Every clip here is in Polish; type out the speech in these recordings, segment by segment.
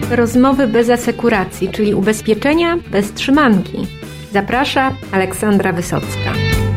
Rozmowy bez asekuracji, czyli ubezpieczenia bez trzymanki. Zaprasza Aleksandra Wysocka.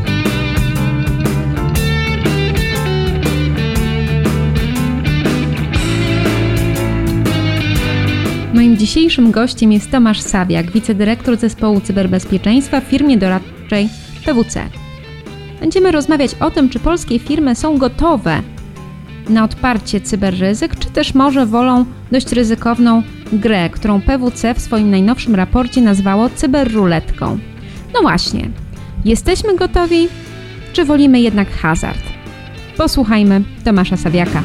Moim dzisiejszym gościem jest Tomasz Sawiak, wicedyrektor zespołu cyberbezpieczeństwa w firmie doradczej PwC. Będziemy rozmawiać o tym, czy polskie firmy są gotowe na odparcie cyberryzyk, czy też może wolą dość ryzykowną grę, którą PwC w swoim najnowszym raporcie nazwało cyberruletką. No właśnie, jesteśmy gotowi, czy wolimy jednak hazard? Posłuchajmy Tomasza Sawiaka.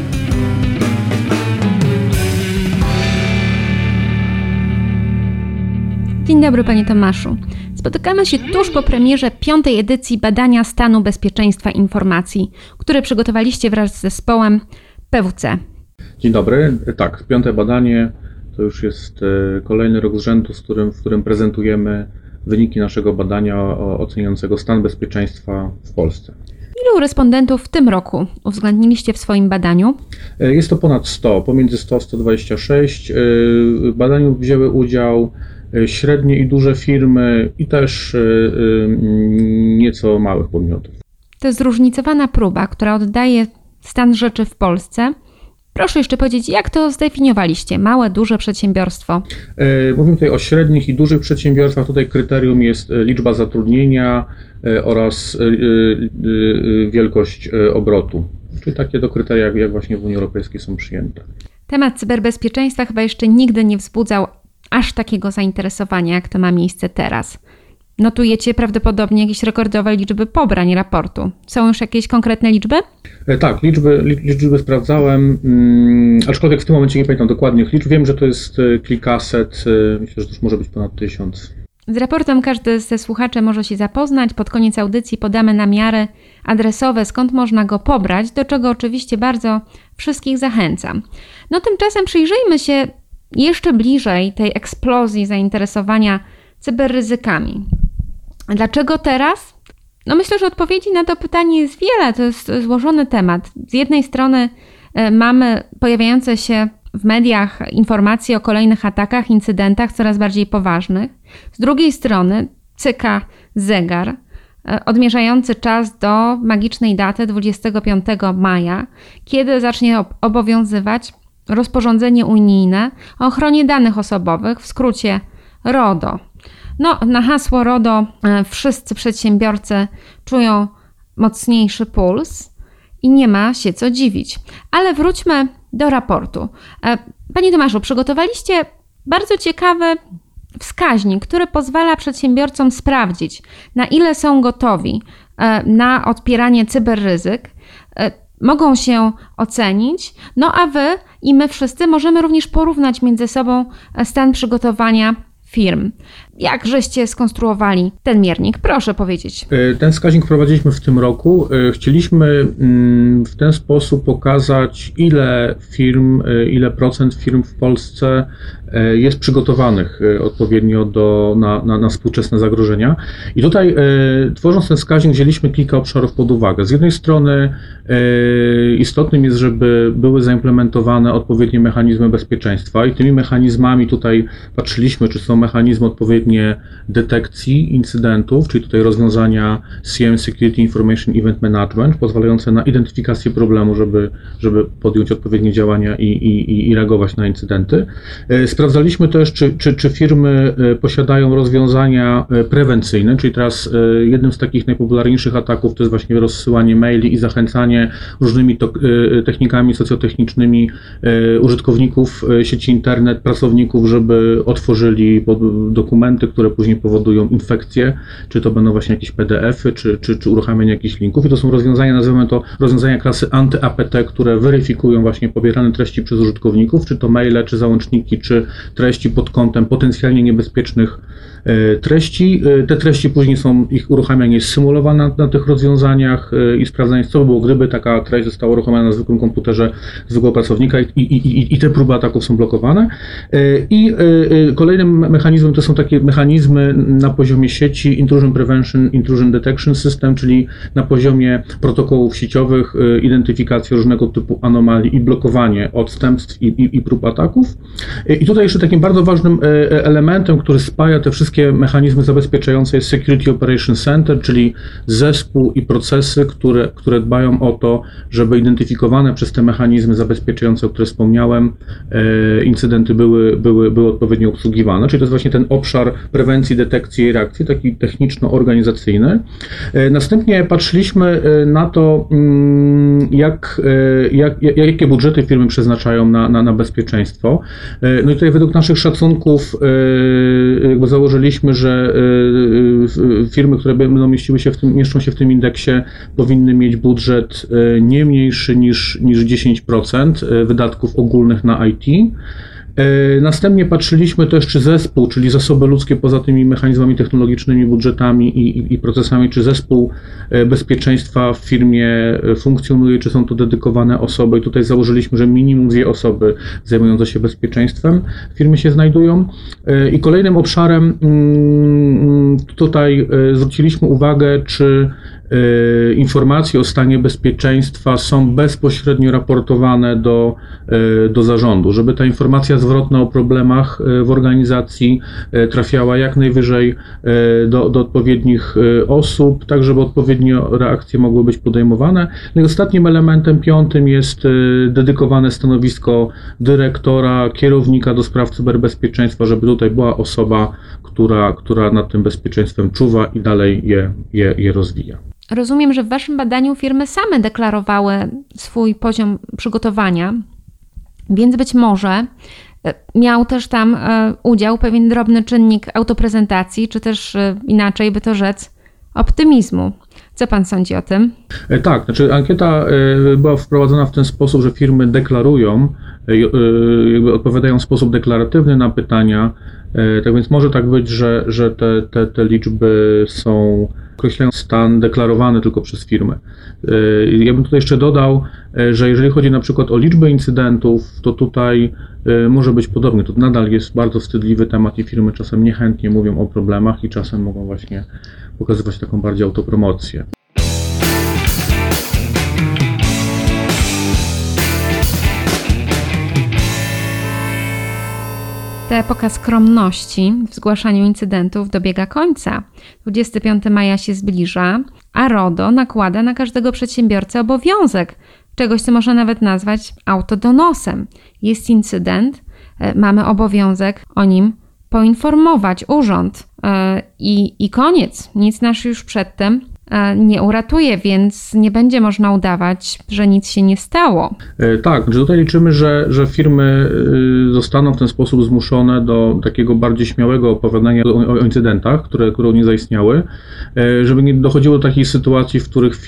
Dzień dobry, panie Tomaszu. Spotykamy się tuż po premierze 5. edycji badania stanu bezpieczeństwa informacji, które przygotowaliście wraz z zespołem PwC. Dzień dobry. Tak, 5. badanie to już jest kolejny rok z rzędu, w którym prezentujemy wyniki naszego badania oceniającego stan bezpieczeństwa w Polsce. Ilu respondentów w tym roku uwzględniliście w swoim badaniu? Jest to ponad 100, pomiędzy 100 a 126. W badaniu wzięły udział średnie i duże firmy i też nieco małych podmiotów. To jest zróżnicowana próba, która oddaje stan rzeczy w Polsce. Proszę jeszcze powiedzieć, jak to zdefiniowaliście? Małe, duże przedsiębiorstwo? Mówimy tutaj o średnich i dużych przedsiębiorstwach. Tutaj kryterium jest liczba zatrudnienia oraz wielkość obrotu. Czyli takie do kryteria, jak właśnie w Unii Europejskiej są przyjęte. Temat cyberbezpieczeństwa chyba jeszcze nigdy nie wzbudzał aż takiego zainteresowania, jak to ma miejsce teraz. Notujecie prawdopodobnie jakieś rekordowe liczby pobrań raportu. Są już jakieś konkretne liczby? Tak, liczby sprawdzałem, aczkolwiek w tym momencie nie pamiętam dokładnych liczb. Wiem, że to jest kilkaset, myślę, że to już może być ponad 1000. Z raportem każdy ze słuchaczy może się zapoznać. Pod koniec audycji podamy namiary adresowe, skąd można go pobrać, do czego oczywiście bardzo wszystkich zachęcam. No tymczasem przyjrzyjmy się jeszcze bliżej tej eksplozji zainteresowania cyberryzykami. Dlaczego teraz? No myślę, że odpowiedzi na to pytanie jest wiele. To jest złożony temat. Z jednej strony mamy pojawiające się w mediach informacje o kolejnych atakach, incydentach coraz bardziej poważnych. Z drugiej strony cyka zegar odmierzający czas do magicznej daty 25 maja, kiedy zacznie obowiązywać rozporządzenie unijne o ochronie danych osobowych, w skrócie RODO. No, na hasło RODO wszyscy przedsiębiorcy czują mocniejszy puls i nie ma się co dziwić. Ale wróćmy do raportu. Panie Tomaszu, przygotowaliście bardzo ciekawy wskaźnik, który pozwala przedsiębiorcom sprawdzić, na ile są gotowi na odpieranie cyberryzyk. Mogą się ocenić, no a wy i my wszyscy możemy również porównać między sobą stan przygotowania firm. Jak żeście skonstruowali ten miernik? Proszę powiedzieć. Ten wskaźnik wprowadziliśmy w tym roku. Chcieliśmy w ten sposób pokazać, ile procent firm w Polsce jest przygotowanych odpowiednio na współczesne zagrożenia. I tutaj tworząc ten wskaźnik wzięliśmy kilka obszarów pod uwagę. Z jednej strony istotnym jest, żeby były zaimplementowane odpowiednie mechanizmy bezpieczeństwa i tymi mechanizmami tutaj patrzyliśmy, czy są mechanizmy odpowiednie detekcji incydentów, czyli tutaj rozwiązania CIEM, Security Information Event Management, pozwalające na identyfikację problemu, żeby podjąć odpowiednie działania i reagować na incydenty. Sprawdzaliśmy też, czy firmy posiadają rozwiązania prewencyjne, czyli teraz jednym z takich najpopularniejszych ataków to jest właśnie rozsyłanie maili i zachęcanie różnymi technikami socjotechnicznymi użytkowników sieci internet, pracowników, żeby otworzyli dokumenty, które później powodują infekcje, czy to będą właśnie jakieś PDF-y, czy uruchamianie jakichś linków. I to są rozwiązania, nazywamy to rozwiązania klasy anty-APT, które weryfikują właśnie pobierane treści przez użytkowników, czy to maile, czy załączniki, czy treści pod kątem potencjalnie niebezpiecznych treści. Te treści później ich uruchamianie jest symulowane na tych rozwiązaniach i sprawdzanie, co by było, gdyby taka treść została uruchomiona na zwykłym komputerze zwykłego pracownika i te próby ataków są blokowane. I kolejnym mechanizmem to są takie mechanizmy na poziomie sieci, intrusion prevention, intrusion detection system, czyli na poziomie protokołów sieciowych, identyfikacja różnego typu anomalii i blokowanie odstępstw i prób ataków. I tutaj jeszcze takim bardzo ważnym elementem, który spaja te wszystkie mechanizmy zabezpieczające, jest Security Operations Center, czyli zespół i procesy, które dbają o to, żeby identyfikowane przez te mechanizmy zabezpieczające, o których wspomniałem, incydenty były odpowiednio obsługiwane. Czyli to jest właśnie ten obszar prewencji, detekcji i reakcji, taki techniczno-organizacyjny. Następnie patrzyliśmy na to, jakie budżety firmy przeznaczają na bezpieczeństwo. No i tutaj według naszych szacunków jakby założyliśmy, że firmy, które mieszczą się w tym indeksie, powinny mieć budżet nie mniejszy niż 10% wydatków ogólnych na IT. Następnie patrzyliśmy też, czy zespół, czyli zasoby ludzkie poza tymi mechanizmami technologicznymi, budżetami i procesami, czy zespół bezpieczeństwa w firmie funkcjonuje, czy są to dedykowane osoby. I tutaj założyliśmy, że minimum 2 osoby zajmujące się bezpieczeństwem w firmie się znajdują. I kolejnym obszarem tutaj zwróciliśmy uwagę, czy informacje o stanie bezpieczeństwa są bezpośrednio raportowane do zarządu, żeby ta informacja zwrotna o problemach w organizacji trafiała jak najwyżej do odpowiednich osób, tak żeby odpowiednio reakcje mogły być podejmowane. No i ostatnim elementem 5 jest dedykowane stanowisko dyrektora, kierownika do spraw cyberbezpieczeństwa, żeby tutaj była osoba, która nad tym bezpieczeństwem czuwa i dalej je rozwija. Rozumiem, że w waszym badaniu firmy same deklarowały swój poziom przygotowania, więc być może miał też tam udział pewien drobny czynnik autoprezentacji, czy też inaczej by to rzec, optymizmu. Co pan sądzi o tym? Tak, znaczy ankieta była wprowadzona w ten sposób, że firmy deklarują, jakby odpowiadają w sposób deklaratywny na pytania, tak więc może tak być, że te liczby określają stan deklarowany tylko przez firmy. Ja bym tutaj jeszcze dodał, że jeżeli chodzi na przykład o liczbę incydentów, to tutaj może być podobnie. To nadal jest bardzo wstydliwy temat i firmy czasem niechętnie mówią o problemach i czasem mogą właśnie pokazywać taką bardziej autopromocję. Ta epoka skromności w zgłaszaniu incydentów dobiega końca. 25 maja się zbliża, a RODO nakłada na każdego przedsiębiorcę obowiązek czegoś, co można nawet nazwać autodonosem. Jest incydent, mamy obowiązek o nim poinformować urząd i koniec. Nic nas już przedtem nie uratuje, więc nie będzie można udawać, że nic się nie stało. Tak, że tutaj liczymy, że firmy zostaną w ten sposób zmuszone do takiego bardziej śmiałego opowiadania o incydentach, które u nich zaistniały, żeby nie dochodziło do takich sytuacji, w których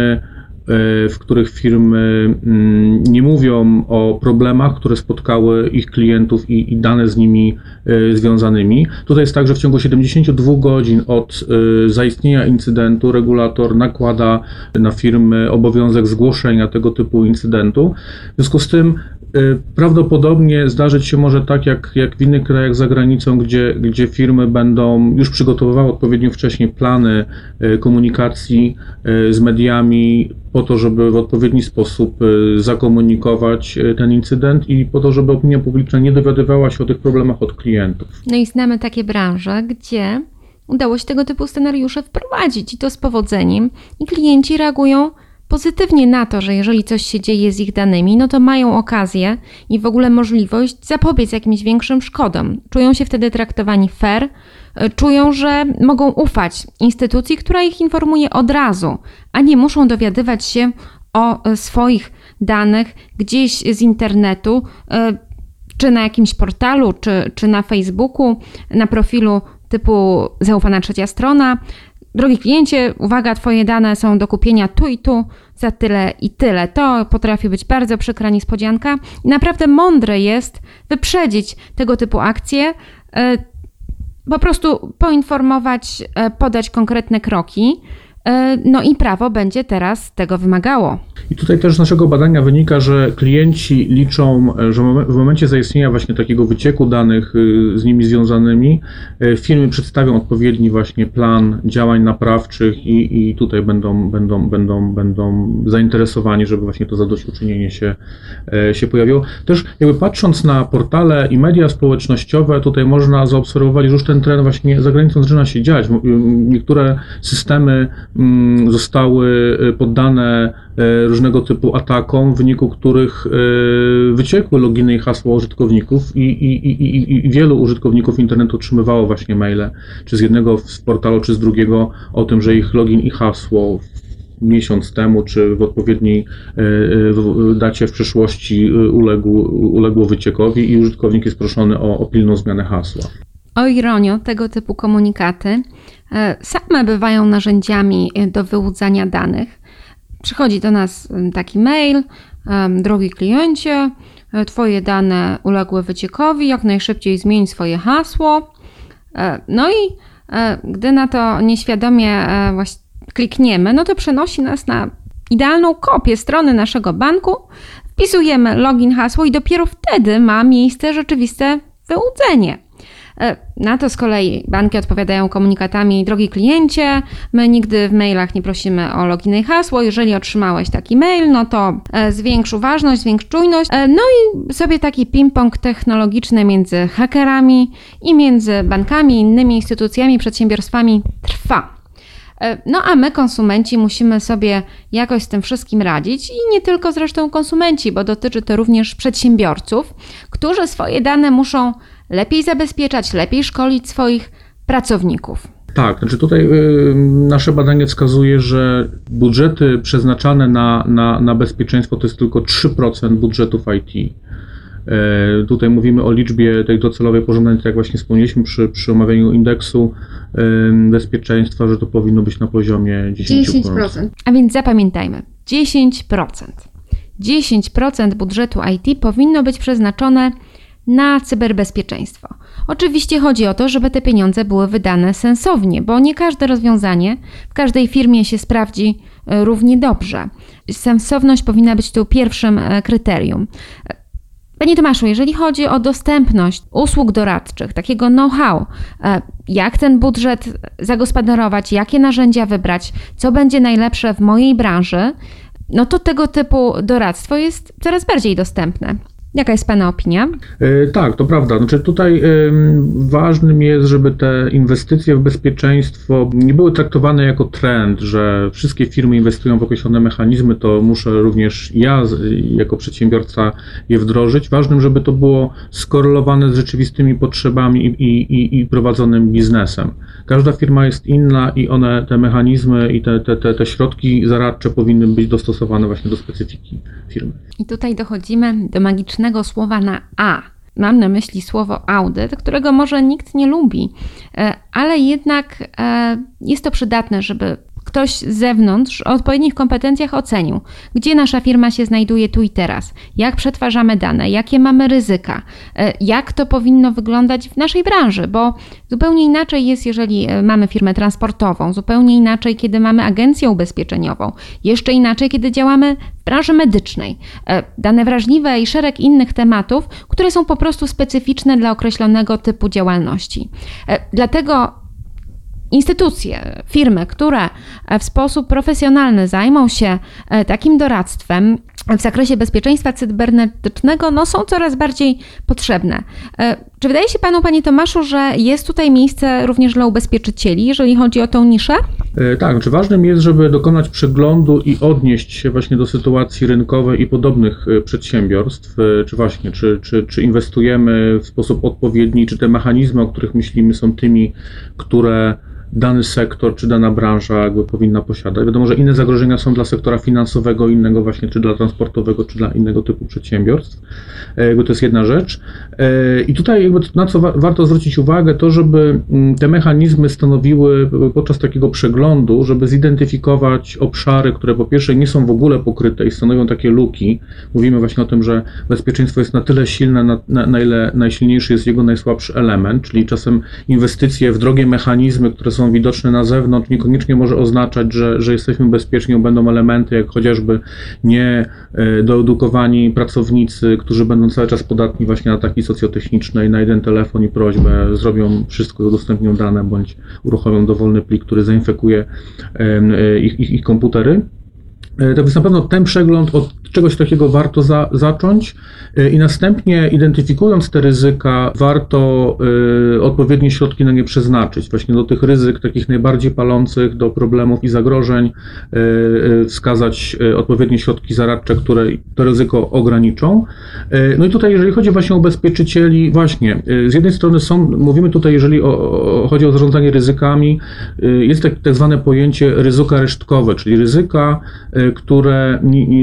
firmy nie mówią o problemach, które spotkały ich klientów i dane z nimi związanymi. Tutaj jest tak, że w ciągu 72 godzin od zaistnienia incydentu regulator nakłada na firmy obowiązek zgłoszenia tego typu incydentu. W związku z tym prawdopodobnie zdarzyć się może tak, jak w innych krajach za granicą, gdzie firmy będą już przygotowywały odpowiednio wcześniej plany komunikacji z mediami po to, żeby w odpowiedni sposób zakomunikować ten incydent i po to, żeby opinia publiczna nie dowiadywała się o tych problemach od klientów. No i znamy takie branże, gdzie udało się tego typu scenariusze wprowadzić i to z powodzeniem i klienci reagują pozytywnie na to, że jeżeli coś się dzieje z ich danymi, no to mają okazję i w ogóle możliwość zapobiec jakimś większym szkodom. Czują się wtedy traktowani fair, czują, że mogą ufać instytucji, która ich informuje od razu, a nie muszą dowiadywać się o swoich danych gdzieś z internetu, czy na jakimś portalu, czy na Facebooku, na profilu typu zaufana trzecia strona. Drogi kliencie, uwaga, twoje dane są do kupienia tu i tu za tyle i tyle. To potrafi być bardzo przykra niespodzianka i naprawdę mądre jest wyprzedzić tego typu akcje, po prostu poinformować, podać konkretne kroki No i prawo będzie teraz tego wymagało. I tutaj też z naszego badania wynika, że klienci liczą, że w momencie zaistnienia właśnie takiego wycieku danych z nimi związanymi, firmy przedstawią odpowiedni właśnie plan działań naprawczych i tutaj będą zainteresowani, żeby właśnie to zadośćuczynienie się pojawiło. Też jakby patrząc na portale i media społecznościowe, tutaj można zaobserwować, że już ten trend właśnie za granicą zaczyna się dziać. Niektóre systemy zostały poddane różnego typu atakom, w wyniku których wyciekły loginy i hasła użytkowników i wielu użytkowników internetu otrzymywało właśnie maile, czy z jednego z portalu, czy z drugiego, o tym, że ich login i hasło miesiąc temu, czy w odpowiedniej dacie w przyszłości uległo wyciekowi i użytkownik jest proszony o pilną zmianę hasła. O ironio, tego typu komunikaty same bywają narzędziami do wyłudzania danych. Przychodzi do nas taki mail: drogi kliencie, twoje dane uległy wyciekowi, jak najszybciej zmień swoje hasło. No i gdy na to nieświadomie klikniemy, no to przenosi nas na idealną kopię strony naszego banku, wpisujemy login, hasło i dopiero wtedy ma miejsce rzeczywiste wyłudzenie. Na to z kolei banki odpowiadają komunikatami: drogi kliencie, my nigdy w mailach nie prosimy o login i hasło, jeżeli otrzymałeś taki mail, no to zwiększ uważność, zwiększ czujność. No i sobie taki ping-pong technologiczny między hakerami i między bankami i innymi instytucjami, przedsiębiorstwami trwa. No a my, konsumenci, musimy sobie jakoś z tym wszystkim radzić i nie tylko zresztą konsumenci, bo dotyczy to również przedsiębiorców, którzy swoje dane muszą lepiej zabezpieczać, lepiej szkolić swoich pracowników. Tak, znaczy tutaj nasze badanie wskazuje, że budżety przeznaczane na bezpieczeństwo to jest tylko 3% budżetów IT. Tutaj mówimy o liczbie tej docelowej pożądanej, tak jak właśnie wspomnieliśmy przy omawianiu indeksu bezpieczeństwa, że to powinno być na poziomie 10%. A więc zapamiętajmy, 10%. 10% budżetu IT powinno być przeznaczone na cyberbezpieczeństwo. Oczywiście chodzi o to, żeby te pieniądze były wydane sensownie, bo nie każde rozwiązanie w każdej firmie się sprawdzi równie dobrze. Sensowność powinna być tu pierwszym kryterium. Panie Tomaszu, jeżeli chodzi o dostępność usług doradczych, takiego know-how, jak ten budżet zagospodarować, jakie narzędzia wybrać, co będzie najlepsze w mojej branży, no to tego typu doradztwo jest coraz bardziej dostępne. Jaka jest Pana opinia? Tak, to prawda. Znaczy tutaj ważnym jest, żeby te inwestycje w bezpieczeństwo nie były traktowane jako trend, że wszystkie firmy inwestują w określone mechanizmy, to muszę również ja jako przedsiębiorca je wdrożyć. Ważnym, żeby to było skorelowane z rzeczywistymi potrzebami i prowadzonym biznesem. Każda firma jest inna i te mechanizmy i te środki zaradcze powinny być dostosowane właśnie do specyfiki firmy. I tutaj dochodzimy do magicznego słowa na A. Mam na myśli słowo audyt, którego może nikt nie lubi, ale jednak jest to przydatne, żeby ktoś z zewnątrz o odpowiednich kompetencjach ocenił, gdzie nasza firma się znajduje tu i teraz, jak przetwarzamy dane, jakie mamy ryzyka, jak to powinno wyglądać w naszej branży, bo zupełnie inaczej jest, jeżeli mamy firmę transportową, zupełnie inaczej, kiedy mamy agencję ubezpieczeniową, jeszcze inaczej, kiedy działamy w branży medycznej. Dane wrażliwe i szereg innych tematów, które są po prostu specyficzne dla określonego typu działalności. Dlatego instytucje, firmy, które w sposób profesjonalny zajmą się takim doradztwem w zakresie bezpieczeństwa cybernetycznego, no, są coraz bardziej potrzebne. Czy wydaje się Panu, Panie Tomaszu, że jest tutaj miejsce również dla ubezpieczycieli, jeżeli chodzi o tą niszę? Tak, znaczy ważnym jest, żeby dokonać przeglądu i odnieść się właśnie do sytuacji rynkowej i podobnych przedsiębiorstw, czy inwestujemy w sposób odpowiedni, czy te mechanizmy, o których myślimy, są tymi, które dany sektor czy dana branża jakby powinna posiadać. Wiadomo, że inne zagrożenia są dla sektora finansowego, innego właśnie, czy dla transportowego, czy dla innego typu przedsiębiorstw. To jest jedna rzecz. I tutaj jakby na co warto zwrócić uwagę, to żeby te mechanizmy stanowiły podczas takiego przeglądu, żeby zidentyfikować obszary, które po pierwsze nie są w ogóle pokryte i stanowią takie luki. Mówimy właśnie o tym, że bezpieczeństwo jest na tyle silne, na ile najsilniejszy jest jego najsłabszy element, czyli czasem inwestycje w drogie mechanizmy, które są są widoczne na zewnątrz, niekoniecznie może oznaczać, że jesteśmy bezpieczni, będą elementy jak chociażby niedoedukowani pracownicy, którzy będą cały czas podatni właśnie na ataki socjotechniczne i na jeden telefon i prośbę zrobią wszystko i udostępnią dane, bądź uruchomią dowolny plik, który zainfekuje ich komputery. To więc na pewno ten przegląd od czegoś takiego warto zacząć i następnie identyfikując te ryzyka warto odpowiednie środki na nie przeznaczyć. Właśnie do tych ryzyk takich najbardziej palących, do problemów i zagrożeń wskazać odpowiednie środki zaradcze, które to ryzyko ograniczą. No i tutaj jeżeli chodzi właśnie o ubezpieczycieli, właśnie z jednej strony mówimy tutaj, jeżeli chodzi o zarządzanie ryzykami, jest tak zwane pojęcie ryzyka resztkowe, czyli ryzyka, które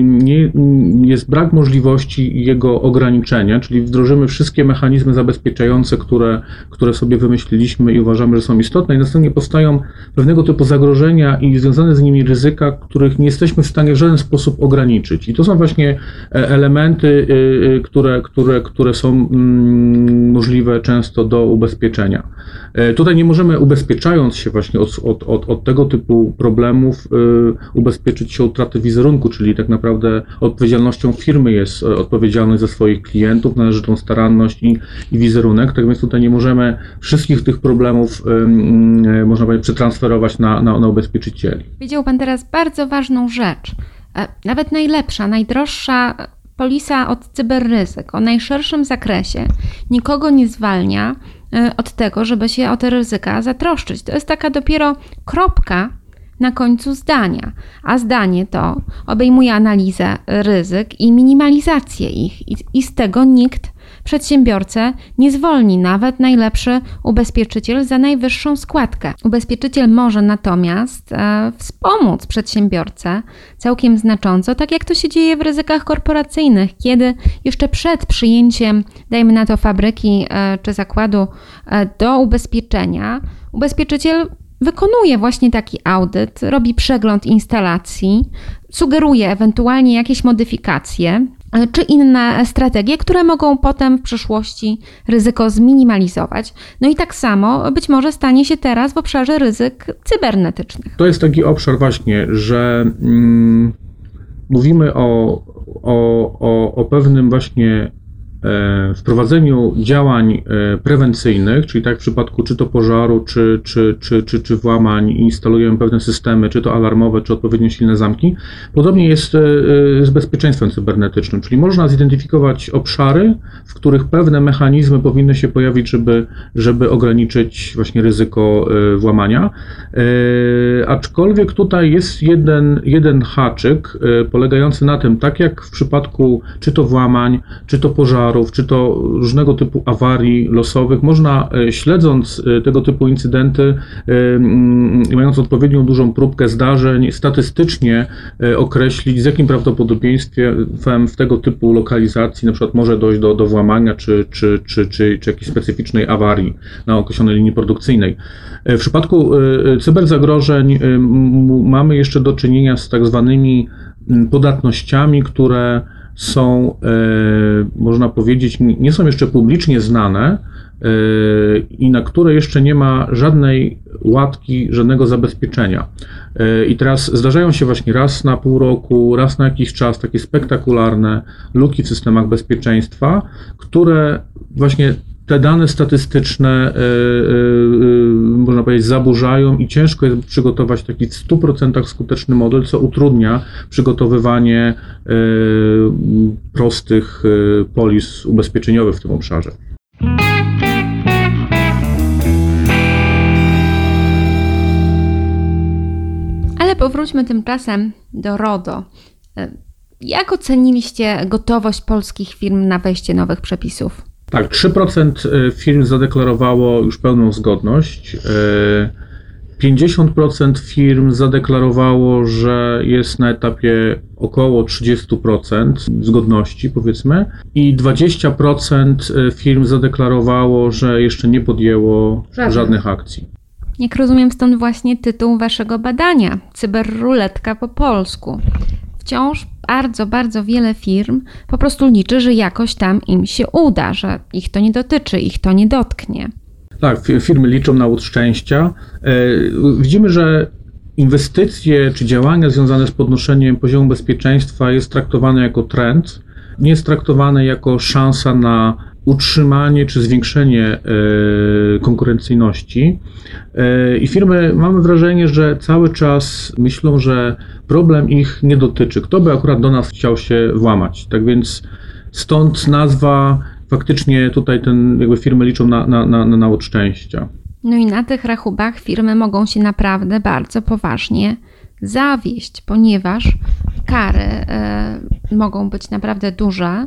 jest brak możliwości jego ograniczenia, czyli wdrożymy wszystkie mechanizmy zabezpieczające, które sobie wymyśliliśmy i uważamy, że są istotne i następnie powstają pewnego typu zagrożenia i związane z nimi ryzyka, których nie jesteśmy w stanie w żaden sposób ograniczyć. I to są właśnie elementy, które są możliwe często do ubezpieczenia. Tutaj nie możemy, ubezpieczając się właśnie od tego typu problemów, ubezpieczyć się od utraty wizerunku, czyli tak naprawdę odpowiedzialnością firmy jest odpowiedzialność za swoich klientów, należytą staranność i wizerunek. Tak więc tutaj nie możemy wszystkich tych problemów, można powiedzieć, przetransferować na ubezpieczycieli. Powiedział Pan teraz bardzo ważną rzecz. Nawet najlepsza, najdroższa polisa od cyberryzyk o najszerszym zakresie nikogo nie zwalnia od tego, żeby się o te ryzyka zatroszczyć. To jest taka dopiero kropka na końcu zdania, a zdanie to obejmuje analizę ryzyk i minimalizację ich i z tego nikt przedsiębiorcę nie zwolni, nawet najlepszy ubezpieczyciel za najwyższą składkę. Ubezpieczyciel może natomiast wspomóc przedsiębiorcę całkiem znacząco, tak jak to się dzieje w ryzykach korporacyjnych, kiedy jeszcze przed przyjęciem, dajmy na to fabryki czy zakładu do ubezpieczenia, ubezpieczyciel wykonuje właśnie taki audyt, robi przegląd instalacji, sugeruje ewentualnie jakieś modyfikacje czy inne strategie, które mogą potem w przyszłości ryzyko zminimalizować. No i tak samo być może stanie się teraz w obszarze ryzyk cybernetycznych. To jest taki obszar właśnie, że mówimy o pewnym właśnie wprowadzeniu działań prewencyjnych, czyli tak w przypadku czy to pożaru, czy włamań, instalujemy pewne systemy, czy to alarmowe, czy odpowiednio silne zamki. Podobnie jest z bezpieczeństwem cybernetycznym, czyli można zidentyfikować obszary, w których pewne mechanizmy powinny się pojawić, żeby ograniczyć właśnie ryzyko włamania. Aczkolwiek tutaj jest jeden haczyk polegający na tym, tak jak w przypadku czy to włamań, czy to pożaru, czy to różnego typu awarii losowych, można śledząc tego typu incydenty i mając odpowiednią dużą próbkę zdarzeń, statystycznie określić, z jakim prawdopodobieństwem w tego typu lokalizacji na przykład może dojść do włamania czy jakiejś specyficznej awarii na określonej linii produkcyjnej. W przypadku cyberzagrożeń mamy jeszcze do czynienia z tak zwanymi podatnościami, które są, można powiedzieć, nie są jeszcze publicznie znane i na które jeszcze nie ma żadnej łatki, żadnego zabezpieczenia. I teraz zdarzają się właśnie raz na pół roku, raz na jakiś czas takie spektakularne luki w systemach bezpieczeństwa, które właśnie te dane statystyczne, można powiedzieć, zaburzają i ciężko jest przygotować taki w 100% skuteczny model, co utrudnia przygotowywanie prostych polis ubezpieczeniowych w tym obszarze. Ale powróćmy tymczasem do RODO. Jak oceniliście gotowość polskich firm na wejście nowych przepisów? Tak, 3% firm zadeklarowało już pełną zgodność, 50% firm zadeklarowało, że jest na etapie około 30% zgodności, powiedzmy, i 20% firm zadeklarowało, że jeszcze nie podjęło żadnych akcji. Jak rozumiem, stąd właśnie tytuł waszego badania, cyberruletka po polsku. Wciąż bardzo, bardzo wiele firm po prostu liczy, że jakoś tam im się uda, że ich to nie dotyczy, ich to nie dotknie. Tak, firmy liczą na łód szczęścia. Widzimy, że inwestycje czy działania związane z podnoszeniem poziomu bezpieczeństwa jest traktowane jako trend, nie jest traktowane jako szansa na utrzymanie czy zwiększenie konkurencyjności. I firmy, mamy wrażenie, że cały czas myślą, że problem ich nie dotyczy. Kto by akurat do nas chciał się włamać? Tak więc stąd nazwa, faktycznie tutaj firmy liczą na łód szczęścia. No i na tych rachubach firmy mogą się naprawdę bardzo poważnie zawieść, ponieważ kary mogą być naprawdę duże.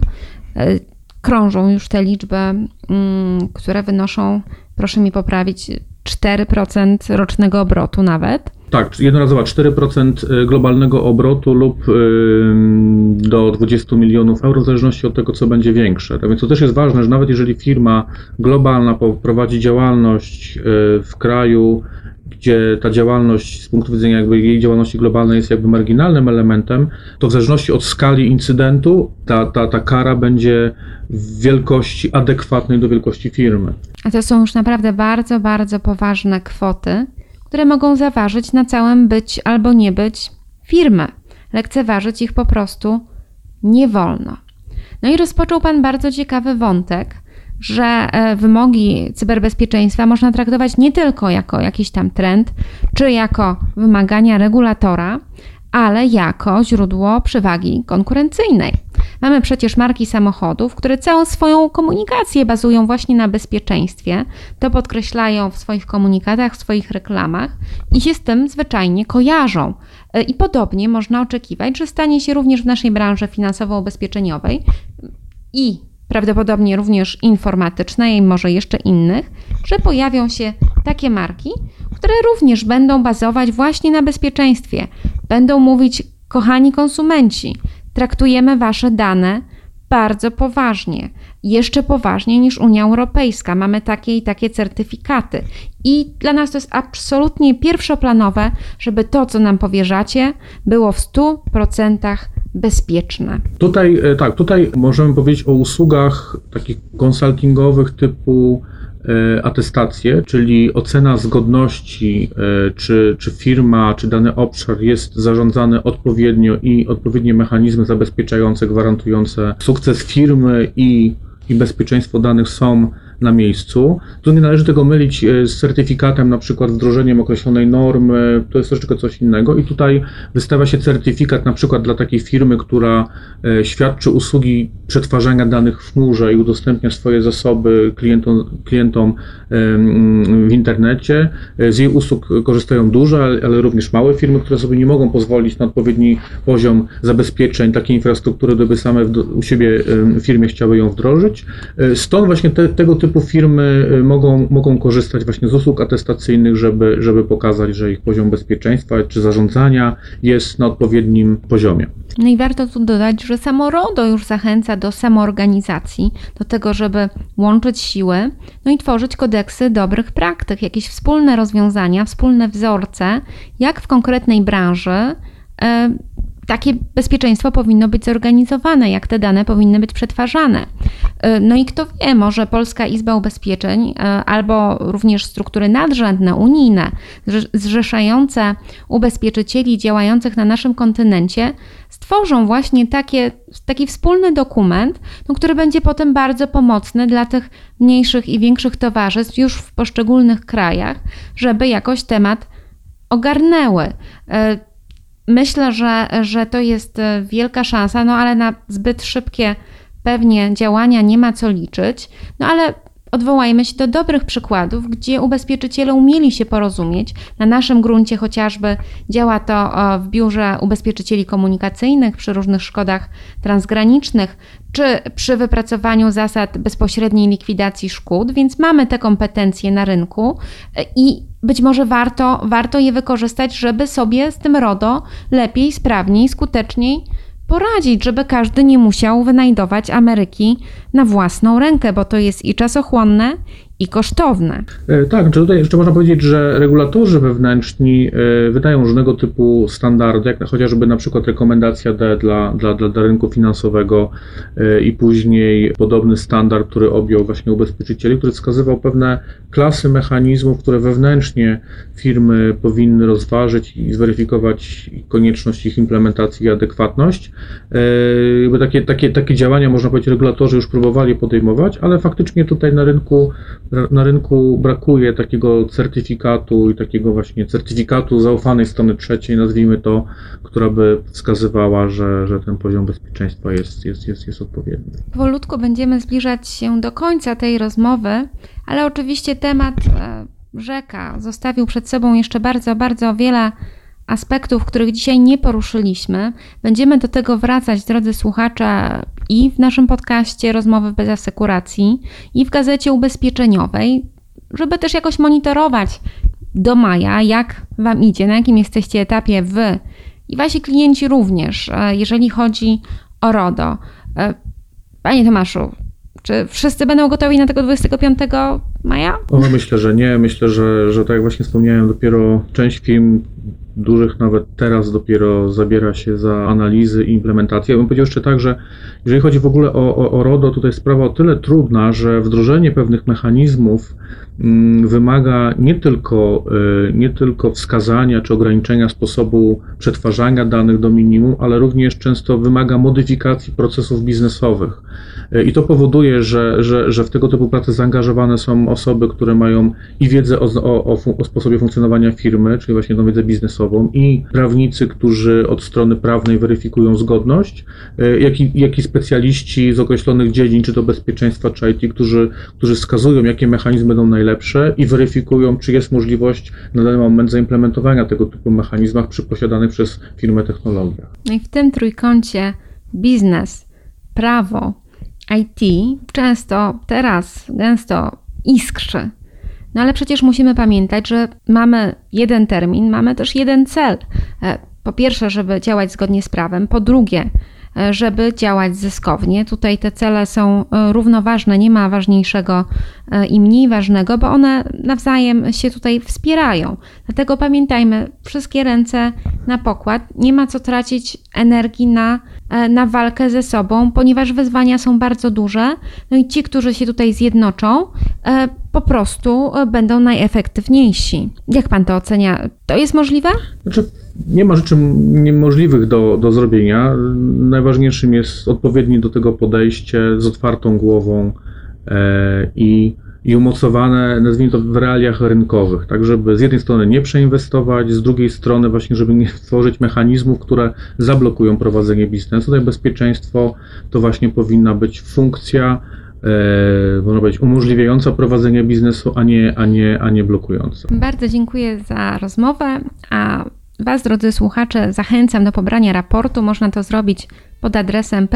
Krążą już te liczby, które wynoszą, proszę mi poprawić, 4% rocznego obrotu nawet. Tak, jednorazowa 4% globalnego obrotu lub do 20 milionów euro, w zależności od tego, co będzie większe. Tak więc to też jest ważne, że nawet jeżeli firma globalna prowadzi działalność w kraju, gdzie ta działalność z punktu widzenia jej działalności globalnej jest marginalnym elementem, to w zależności od skali incydentu ta kara będzie w wielkości adekwatnej do wielkości firmy. A to są już naprawdę bardzo, bardzo poważne kwoty, które mogą zaważyć na całym być albo nie być firmy. Lekceważyć ich po prostu nie wolno. No i rozpoczął Pan bardzo ciekawy wątek, że wymogi cyberbezpieczeństwa można traktować nie tylko jako jakiś tam trend, czy jako wymagania regulatora, ale jako źródło przewagi konkurencyjnej. Mamy przecież marki samochodów, które całą swoją komunikację bazują właśnie na bezpieczeństwie. To podkreślają w swoich komunikatach, w swoich reklamach i się z tym zwyczajnie kojarzą. I podobnie można oczekiwać, że stanie się również w naszej branży finansowo-ubezpieczeniowej i prawdopodobnie również informatycznej i może jeszcze innych, że pojawią się takie marki, które również będą bazować właśnie na bezpieczeństwie. Będą mówić: kochani konsumenci, traktujemy wasze dane bardzo poważnie, jeszcze poważniej niż Unia Europejska. Mamy takie i takie certyfikaty. I dla nas to jest absolutnie pierwszoplanowe, żeby to, co nam powierzacie, było w 100% bezpieczne. Tutaj możemy powiedzieć o usługach takich konsultingowych typu atestacje, czyli ocena zgodności, czy firma, czy dany obszar jest zarządzany odpowiednio i odpowiednie mechanizmy zabezpieczające, gwarantujące sukces firmy i bezpieczeństwo danych są na miejscu. Tu nie należy tego mylić z certyfikatem, na przykład wdrożeniem określonej normy, to jest troszeczkę coś innego i tutaj wystawia się certyfikat na przykład dla takiej firmy, która świadczy usługi przetwarzania danych w chmurze i udostępnia swoje zasoby klientom w internecie. Z jej usług korzystają duże, ale również małe firmy, które sobie nie mogą pozwolić na odpowiedni poziom zabezpieczeń takiej infrastruktury, gdyby same u siebie w firmie chciały ją wdrożyć. Stąd właśnie tego typu firmy mogą korzystać właśnie z usług atestacyjnych, żeby pokazać, że ich poziom bezpieczeństwa czy zarządzania jest na odpowiednim poziomie. No i warto tu dodać, że samo RODO już zachęca do samoorganizacji, do tego, żeby łączyć siły, no i tworzyć kodeksy dobrych praktyk, jakieś wspólne rozwiązania, wspólne wzorce, jak w konkretnej branży takie bezpieczeństwo powinno być zorganizowane, jak te dane powinny być przetwarzane. No i kto wie, może Polska Izba Ubezpieczeń albo również struktury nadrzędne, unijne, zrzeszające ubezpieczycieli działających na naszym kontynencie, stworzą właśnie taki wspólny dokument, który będzie potem bardzo pomocny dla tych mniejszych i większych towarzystw już w poszczególnych krajach, żeby jakoś temat ogarnęły. Myślę, że to jest wielka szansa, ale na zbyt szybkie pewnie działania nie ma co liczyć, ale odwołajmy się do dobrych przykładów, gdzie ubezpieczyciele umieli się porozumieć. Na naszym gruncie chociażby działa to w Biurze Ubezpieczycieli Komunikacyjnych przy różnych szkodach transgranicznych, czy przy wypracowaniu zasad bezpośredniej likwidacji szkód, więc mamy te kompetencje na rynku i być może warto je wykorzystać, żeby sobie z tym RODO lepiej, sprawniej, skuteczniej poradzić, żeby każdy nie musiał wynajdować Ameryki na własną rękę, bo to jest i czasochłonne, i kosztowne. Tak, tutaj jeszcze można powiedzieć, że regulatorzy wewnętrzni wydają różnego typu standardy, jak chociażby na przykład rekomendacja D dla rynku finansowego i później podobny standard, który objął właśnie ubezpieczycieli, który wskazywał pewne klasy mechanizmów, które wewnętrznie firmy powinny rozważyć i zweryfikować konieczność ich implementacji i adekwatność. Takie działania, można powiedzieć, regulatorzy już próbowali podejmować, ale faktycznie tutaj na rynku brakuje takiego certyfikatu i takiego właśnie certyfikatu zaufanej strony trzeciej, nazwijmy to, która by wskazywała, że ten poziom bezpieczeństwa jest odpowiedni. Powolutku będziemy zbliżać się do końca tej rozmowy, ale oczywiście temat rzeka zostawił przed sobą jeszcze bardzo, bardzo wiele aspektów, których dzisiaj nie poruszyliśmy. Będziemy do tego wracać, drodzy słuchacze, i w naszym podcaście Rozmowy bez asekuracji, i w Gazecie Ubezpieczeniowej, żeby też jakoś monitorować do maja, jak Wam idzie, na jakim jesteście etapie Wy i Wasi klienci również, jeżeli chodzi o RODO. Panie Tomaszu, czy wszyscy będą gotowi na tego 25 maja? Myślę, że nie. Myślę, że tak jak właśnie wspomniałem, dopiero część firm dużych nawet teraz dopiero zabiera się za analizy i implementację. Ja bym powiedział jeszcze tak, że jeżeli chodzi w ogóle o RODO, tutaj jest sprawa o tyle trudna, że wdrożenie pewnych mechanizmów wymaga nie tylko wskazania czy ograniczenia sposobu przetwarzania danych do minimum, ale również często wymaga modyfikacji procesów biznesowych. I to powoduje, że w tego typu pracę zaangażowane są osoby, które mają i wiedzę o sposobie funkcjonowania firmy, czyli właśnie tą wiedzę biznesową, i prawnicy, którzy od strony prawnej weryfikują zgodność, jak i specjaliści z określonych dziedzin, czy to bezpieczeństwa, czy IT, którzy wskazują, jakie mechanizmy będą najlepsze i weryfikują, czy jest możliwość na dany moment zaimplementowania tego typu mechanizmów przy posiadanych przez firmę technologiach. No i w tym trójkącie biznes, prawo, IT często teraz gęsto iskrzy. No ale przecież musimy pamiętać, że mamy jeden termin, mamy też jeden cel. Po pierwsze, żeby działać zgodnie z prawem, po drugie, żeby działać zyskownie. Tutaj te cele są równoważne, nie ma ważniejszego i mniej ważnego, bo one nawzajem się tutaj wspierają. Dlatego pamiętajmy, wszystkie ręce na pokład, nie ma co tracić energii na walkę ze sobą, ponieważ wyzwania są bardzo duże, no i ci, którzy się tutaj zjednoczą, po prostu będą najefektywniejsi. Jak Pan to ocenia? To jest możliwe? Nie ma rzeczy niemożliwych do zrobienia. Najważniejszym jest odpowiednie do tego podejście z otwartą głową i umocowane, nazwijmy to, w realiach rynkowych, tak żeby z jednej strony nie przeinwestować, z drugiej strony właśnie, żeby nie stworzyć mechanizmów, które zablokują prowadzenie biznesu. Tutaj bezpieczeństwo to właśnie powinna być funkcja, można powiedzieć, umożliwiająca prowadzenie biznesu, a nie blokująca. Bardzo dziękuję za rozmowę, a Was, drodzy słuchacze, zachęcam do pobrania raportu. Można to zrobić pod adresem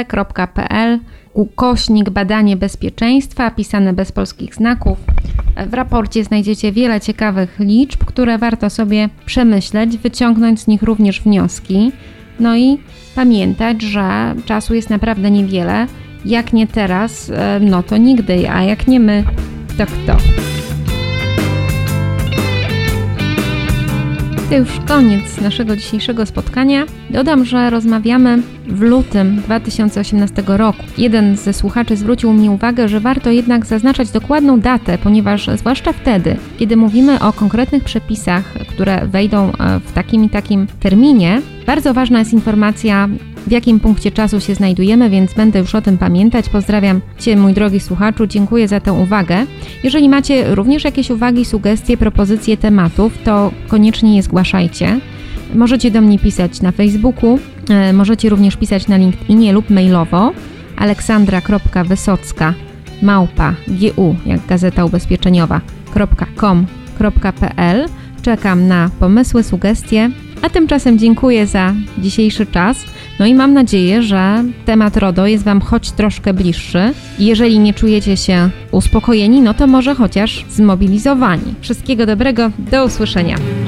pwc.pl/badanie bezpieczeństwa, pisane bez polskich znaków. W raporcie znajdziecie wiele ciekawych liczb, które warto sobie przemyśleć, wyciągnąć z nich również wnioski. No i pamiętać, że czasu jest naprawdę niewiele. Jak nie teraz, no to nigdy, a jak nie my, to kto? To już koniec naszego dzisiejszego spotkania. Dodam, że rozmawiamy w lutym 2018 roku. Jeden ze słuchaczy zwrócił mi uwagę, że warto jednak zaznaczać dokładną datę, ponieważ zwłaszcza wtedy, kiedy mówimy o konkretnych przepisach, które wejdą w takim i takim terminie, bardzo ważna jest informacja, w jakim punkcie czasu się znajdujemy, więc będę już o tym pamiętać. Pozdrawiam Cię, mój drogi słuchaczu, dziękuję za tę uwagę. Jeżeli macie również jakieś uwagi, sugestie, propozycje tematów, to koniecznie je zgłaszajcie. Możecie do mnie pisać na Facebooku, możecie również pisać na LinkedInie lub mailowo aleksandra.wysocka@gu, jak Gazeta Ubezpieczeniowa.com.pl. Czekam na pomysły, sugestie, a tymczasem dziękuję za dzisiejszy czas. No i mam nadzieję, że temat RODO jest Wam choć troszkę bliższy. Jeżeli nie czujecie się uspokojeni, no to może chociaż zmobilizowani. Wszystkiego dobrego, do usłyszenia.